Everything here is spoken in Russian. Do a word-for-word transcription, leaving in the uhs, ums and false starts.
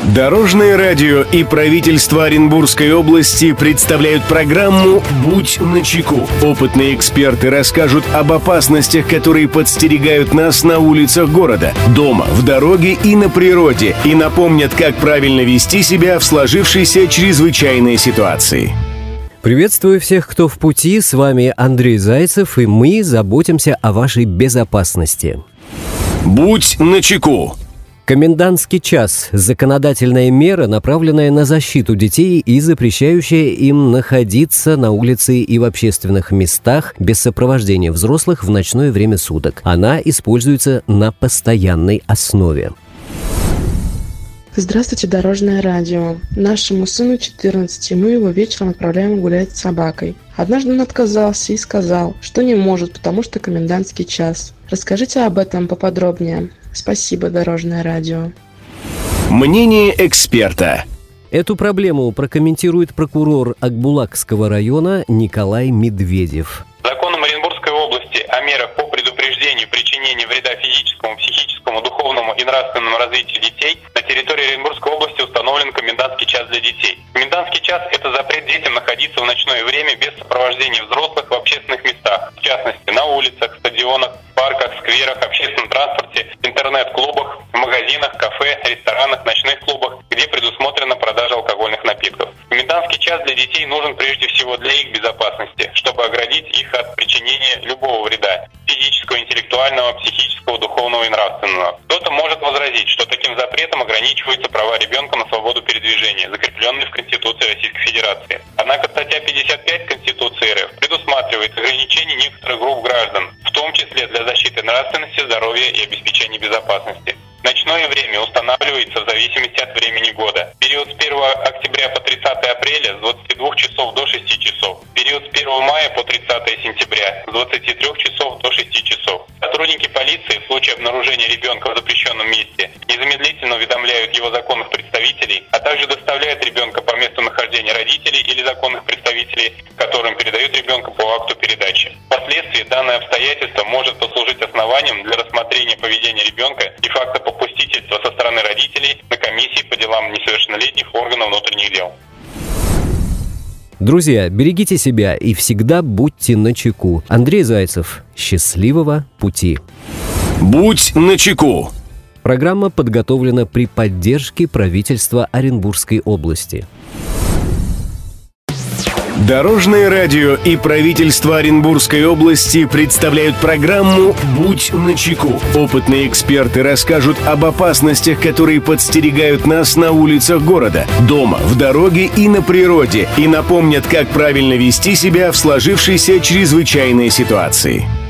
Дорожное радио и правительство Оренбургской области представляют программу «Будь начеку». Опытные эксперты расскажут об опасностях, которые подстерегают нас на улицах города, дома, в дороге и на природе, и напомнят, как правильно вести себя в сложившейся чрезвычайной ситуации. Приветствую всех, кто в пути. С вами Андрей Зайцев, и мы заботимся о вашей безопасности. «Будь начеку». Комендантский час – законодательная мера, направленная на защиту детей и запрещающая им находиться на улице и в общественных местах без сопровождения взрослых в ночное время суток. Она используется на постоянной основе. Здравствуйте, Дорожное радио. Нашему сыну четырнадцать, мы его вечером отправляем гулять с собакой. Однажды он отказался и сказал, что не может, потому что комендантский час. Расскажите об этом поподробнее. Спасибо, Дорожное радио. Мнение эксперта. Эту проблему прокомментирует прокурор Акбулакского района Николай Медведев. Законом Оренбургской области о мерах по предупреждению причинения вреда физическому, психическому, духовному и нравственному развитию детей на территории Оренбургской области установлен комендантский час для детей. Комендантский час – это запрет детям находиться в ночное время без сопровождения взрослых в общественных местах, в частности, на улицах, стадионах, парках, скверах, общественном транспорте, интернет-клубах, в магазинах, кафе, ресторанах, ночных клубах, где предусмотрена продажа алкогольных напитков. Комендантский час для детей нужен прежде всего для их безопасности, чтобы оградить их от причинения любого вреда – физического, интеллектуального, психического, духовного и нравственного. Кто-то может возразить, что таким запретом ограничиваются права ребенка на свободу передвижения, закрепленные в Конституции Российской Федерации. Однако статья пятьдесят пять Конституции РФ предусматривает ограничение некоторых групп граждан, в том числе для защиты нравственности, здоровья и обеспечения безопасности. Ночное время устанавливается в зависимости от времени года. Период с первого октября по тридцатое апреля с двадцати двух часов до шести часов. Период с первого мая по тридцатое сентября с двадцати трёх часов до шести часов. Сотрудники полиции в случае обнаружения ребенка в запрещенном месте незамедлительно уведомляют его законных представителей, а также доставляют ребенка по месту нахождения родителей или законных представителей, которым передают ребенка по акту передачи. Впоследствии данное обстоятельство может послужить основанием для рассмотрения поведения ребенка и факта попустительства со стороны родителей на комиссии по делам несовершеннолетних органов внутренних дел. Друзья, берегите себя и всегда будьте начеку. Андрей Зайцев. Счастливого пути. «Будь начеку». Программа подготовлена при поддержке правительства Оренбургской области. Дорожное радио и правительство Оренбургской области представляют программу «Будь начеку». Опытные эксперты расскажут об опасностях, которые подстерегают нас на улицах города, дома, в дороге и на природе, и напомнят, как правильно вести себя в сложившейся чрезвычайной ситуации.